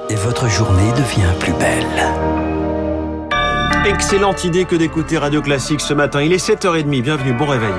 et votre journée devient plus belle. Excellente idée que d'écouter Radio Classique ce matin. Il est 7h30. Bienvenue, bon réveil.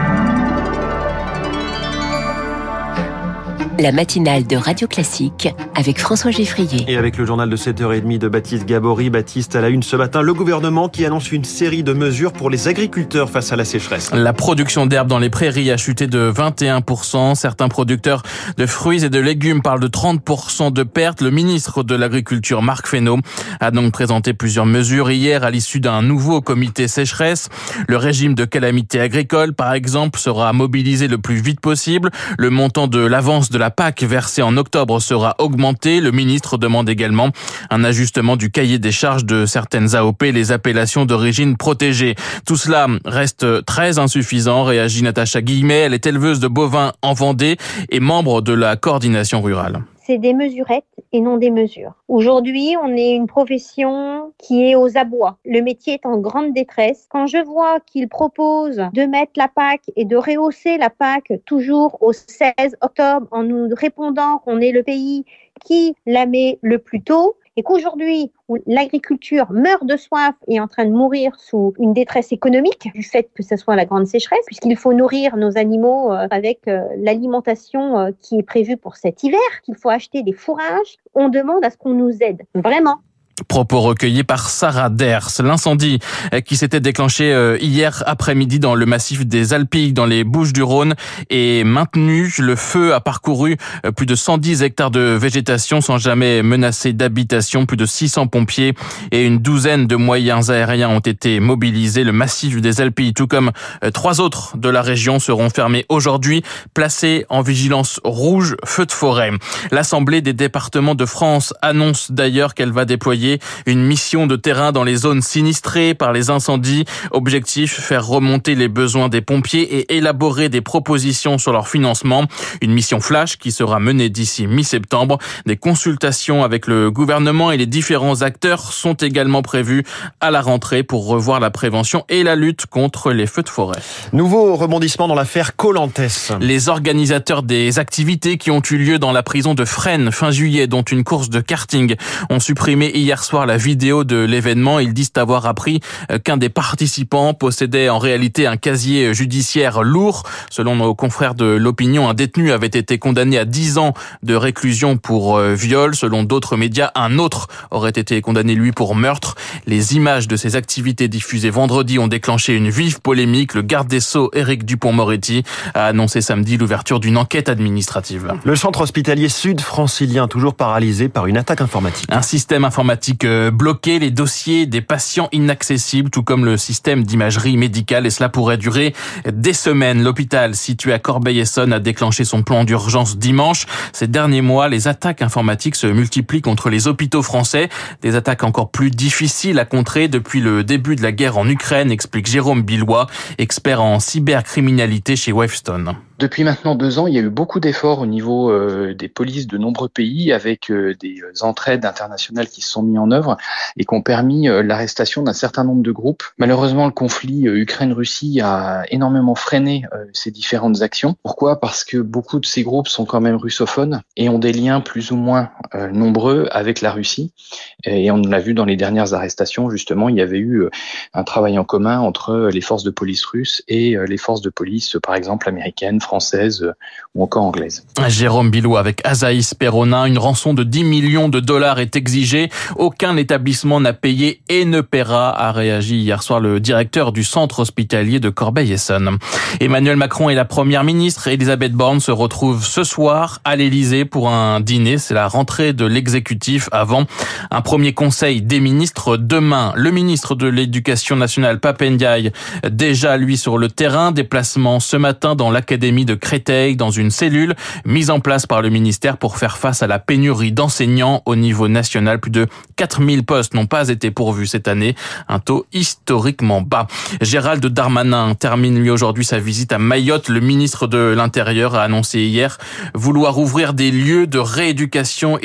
La matinale de Radio Classique avec François Geffrier. Et avec le journal de 7h30 de Baptiste Gabory. Baptiste, à la une ce matin, le gouvernement qui annonce une série de mesures pour les agriculteurs face à la sécheresse. La production d'herbes dans les prairies a chuté de 21%. Certains producteurs de fruits et de légumes parlent de 30% de pertes. Le ministre de l'Agriculture, Marc Fesneau, a donc présenté plusieurs mesures hier à l'issue d'un nouveau comité sécheresse. Le régime de calamité agricole, par exemple, sera mobilisé le plus vite possible. Le montant de l'avance de la PAC versée en octobre sera augmenté. Le ministre demande également un ajustement du cahier des charges de certaines AOP, les appellations d'origine protégée. Tout cela reste très insuffisant, réagit Natacha Guillemet. Elle est éleveuse de bovins en Vendée et membre de la coordination rurale. C'est des mesurettes et non des mesures. Aujourd'hui, on est une profession qui est aux abois. Le métier est en grande détresse. Quand je vois qu'ils proposent de mettre la PAC et de rehausser la PAC toujours au 16 octobre en nous répondant qu'on est le pays qui la met le plus tôt, et qu'aujourd'hui, où l'agriculture meurt de soif et est en train de mourir sous une détresse économique du fait que ce soit la grande sécheresse, puisqu'il faut nourrir nos animaux avec l'alimentation qui est prévue pour cet hiver, qu'il faut acheter des fourrages, on demande à ce qu'on nous aide, vraiment. Propos recueillis par Sarah Ders. L'incendie qui s'était déclenché hier après-midi dans le massif des Alpilles, dans les Bouches-du-Rhône, est maintenu. Le feu a parcouru plus de 110 hectares de végétation sans jamais menacer d'habitation. Plus de 600 pompiers et une douzaine de moyens aériens ont été mobilisés. Le massif des Alpilles, tout comme 3 autres de la région, seront fermés aujourd'hui, placés en vigilance rouge, feu de forêt. L'Assemblée des départements de France annonce d'ailleurs qu'elle va déployer une mission de terrain dans les zones sinistrées par les incendies. Objectif, faire remonter les besoins des pompiers et élaborer des propositions sur leur financement. Une mission flash qui sera menée d'ici mi-septembre. Des consultations avec le gouvernement et les différents acteurs sont également prévues à la rentrée pour revoir la prévention et la lutte contre les feux de forêt. Nouveau rebondissement dans l'affaire Colantes. Les organisateurs des activités qui ont eu lieu dans la prison de Fresnes fin juillet, dont une course de karting, ont supprimé hier soir la vidéo de l'événement. Ils disent avoir appris qu'un des participants possédait en réalité un casier judiciaire lourd. Selon nos confrères de l'Opinion, un détenu avait été condamné à 10 ans de réclusion pour viol. Selon d'autres médias, un autre aurait été condamné, lui, pour meurtre. Les images de ces activités diffusées vendredi ont déclenché une vive polémique. Le garde des Sceaux, Éric Dupond-Moretti, a annoncé samedi l'ouverture d'une enquête administrative. Le centre hospitalier sud-francilien, toujours paralysé par une attaque informatique. Un système informatique bloqué, les dossiers des patients inaccessibles, tout comme le système d'imagerie médicale, et cela pourrait durer des semaines. L'hôpital situé à Corbeil-Essonnes a déclenché son plan d'urgence dimanche. Ces derniers mois, les attaques informatiques se multiplient contre les hôpitaux français. Des attaques encore plus difficiles à contrer depuis le début de la guerre en Ukraine, explique Jérôme Billois, expert en cybercriminalité chez Wavestone. Depuis maintenant 2 ans, il y a eu beaucoup d'efforts au niveau des polices de nombreux pays avec des entraides internationales qui se sont mis en œuvre et qui ont permis l'arrestation d'un certain nombre de groupes. Malheureusement, le conflit Ukraine-Russie a énormément freiné ces différentes actions. Pourquoi ? Parce que beaucoup de ces groupes sont quand même russophones et ont des liens plus ou moins nombreux avec la Russie. Et on l'a vu dans les dernières arrestations, justement, il y avait eu un travail en commun entre les forces de police russes et les forces de police, par exemple, américaines, françaiise ou encore anglaise. Jérôme Billois avec Azaïs Perronin. Une rançon de 10 millions de dollars est exigée. Aucun établissement n'a payé et ne paiera, a réagi hier soir le directeur du centre hospitalier de Corbeil-Essonnes. Emmanuel Macron et la première ministre Elisabeth Borne se retrouvent ce soir à l'Élysée pour un dîner. C'est la rentrée de l'exécutif avant un premier conseil des ministres demain. Le ministre de l'Éducation nationale, Pape Ndiaye, déjà lui sur le terrain. Déplacement ce matin dans l'académie de Créteil, dans une cellule mise en place par le ministère pour faire face à la pénurie d'enseignants au niveau national. Plus de 4000 postes n'ont pas été pourvus cette année, un taux historiquement bas. Gérald Darmanin termine lui aujourd'hui sa visite à Mayotte. Le ministre de l'Intérieur a annoncé hier vouloir ouvrir des lieux de rééducation et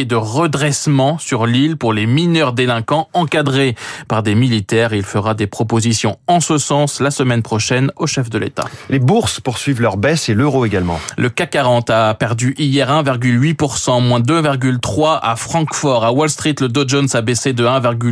et de redressement sur l'île pour les mineurs délinquants encadrés par des militaires. Il fera des propositions en ce sens la semaine prochaine au chef de l'État. Les bourses poursuivent leur baisse et l'euro également. Le CAC 40 a perdu hier 1,8%, moins 2,3% à Francfort. À Wall Street, le Dow Jones a baissé de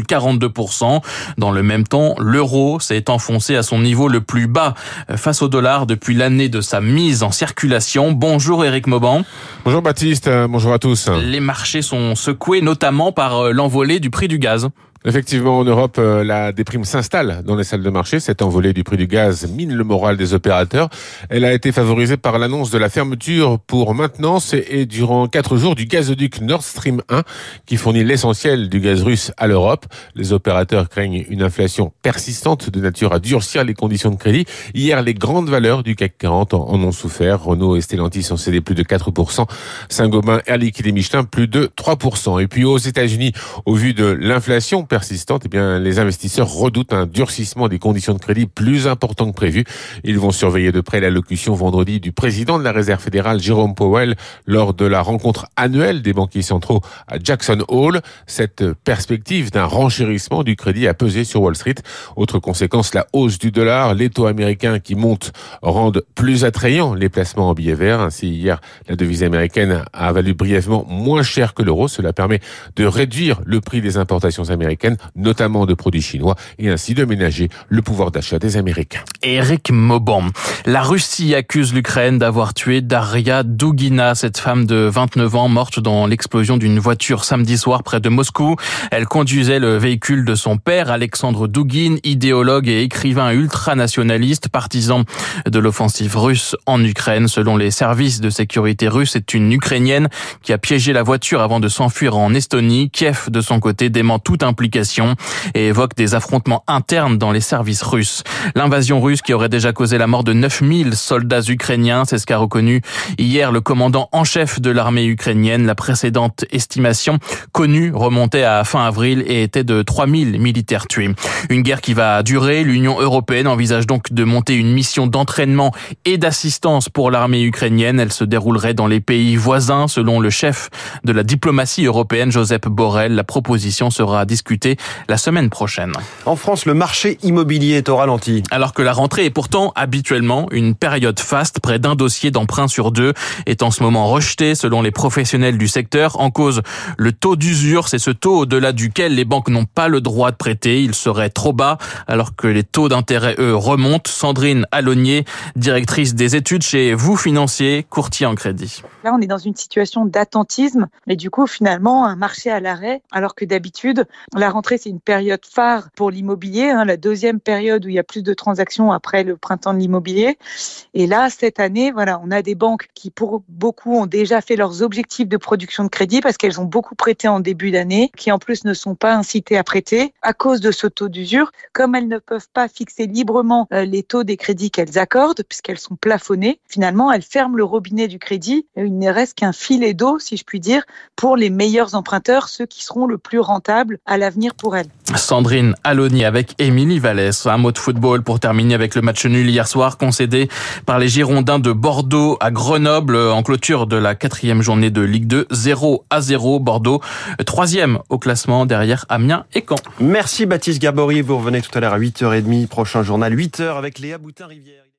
1,42%. Dans le même temps, l'euro s'est enfoncé à son niveau le plus bas face au dollar depuis l'année de sa mise en circulation. Bonjour Éric Mauban. Bonjour Baptiste, bonjour à tous. Les marchés sont secoués notamment par l'envolée du prix du gaz. Effectivement, en Europe, la déprime s'installe dans les salles de marché. Cette envolée du prix du gaz mine le moral des opérateurs. Elle a été favorisée par l'annonce de la fermeture pour maintenance et durant 4 jours du gazoduc Nord Stream 1 qui fournit l'essentiel du gaz russe à l'Europe. Les opérateurs craignent une inflation persistante de nature à durcir les conditions de crédit. Hier, les grandes valeurs du CAC 40 en ont souffert. Renault et Stellantis ont cédé plus de 4%. Saint-Gobain, Air Liquide et Michelin, plus de 3%. Et puis aux États-Unis, au vu de l'inflation persistante, les investisseurs redoutent un durcissement des conditions de crédit plus important que prévu. Ils vont surveiller de près l'allocution vendredi du président de la Réserve fédérale, Jérôme Powell, lors de la rencontre annuelle des banquiers centraux à Jackson Hole. Cette perspective d'un renchérissement du crédit a pesé sur Wall Street. Autre conséquence, la hausse du dollar. Les taux américains qui montent rendent plus attrayants les placements en billets verts. Ainsi, hier, la devise américaine a valu brièvement moins cher que l'euro. Cela permet de réduire le prix des importations américaines, notamment de produits chinois, et ainsi de ménager le pouvoir d'achat des Américains. Éric Mauban. La Russie accuse l'Ukraine d'avoir tué Daria Dugina, cette femme de 29 ans morte dans l'explosion d'une voiture samedi soir près de Moscou. Elle conduisait le véhicule de son père, Alexandre Dugin, idéologue et écrivain ultranationaliste, partisan de l'offensive russe en Ukraine. Selon les services de sécurité russes, c'est une Ukrainienne qui a piégé la voiture avant de s'enfuir en Estonie. Kiev, de son côté, dément toute implication et évoque des affrontements internes dans les services russes. L'invasion russe qui aurait déjà causé la mort de 9000 soldats ukrainiens, c'est ce qu'a reconnu hier le commandant en chef de l'armée ukrainienne. La précédente estimation connue remontait à fin avril et était de 3000 militaires tués. Une guerre qui va durer. L'Union européenne envisage donc de monter une mission d'entraînement et d'assistance pour l'armée ukrainienne. Elle se déroulerait dans les pays voisins, selon le chef de la diplomatie européenne, Josep Borrell. La proposition sera discutée la semaine prochaine. En France, le marché immobilier est au ralenti. Alors que la rentrée est pourtant habituellement une période faste, près d'un dossier d'emprunt sur 2 est en ce moment rejeté selon les professionnels du secteur. En cause, le taux d'usure, c'est ce taux au-delà duquel les banques n'ont pas le droit de prêter. Il serait trop bas alors que les taux d'intérêt, eux, remontent. Sandrine Alonier, directrice des études chez Vous Financier, courtier en crédit. Là, on est dans une situation d'attentisme et du coup, finalement, un marché à l'arrêt, alors que d'habitude, la rentrée, c'est une période phare pour l'immobilier, la deuxième période où il y a plus de transactions après le printemps de l'immobilier. Et là, cette année, on a des banques qui, pour beaucoup, ont déjà fait leurs objectifs de production de crédit parce qu'elles ont beaucoup prêté en début d'année, qui en plus ne sont pas incitées à prêter à cause de ce taux d'usure. Comme elles ne peuvent pas fixer librement les taux des crédits qu'elles accordent, puisqu'elles sont plafonnées, finalement, elles ferment le robinet du crédit. Il ne reste qu'un filet d'eau, si je puis dire, pour les meilleurs emprunteurs, ceux qui seront le plus rentables à l'avenir pour elles. Sandrine Aloni avec Émilie Vallès. Un mot de football pour terminer avec le match nul hier soir concédé par les Girondins de Bordeaux à Grenoble en clôture de la 4e journée de Ligue 2. 0-0. Bordeaux 3e au classement derrière Amiens et Caen. Merci Baptiste Gabory. Vous revenez tout à l'heure à 8h30. Prochain journal 8h avec Léa Boutin-Rivière.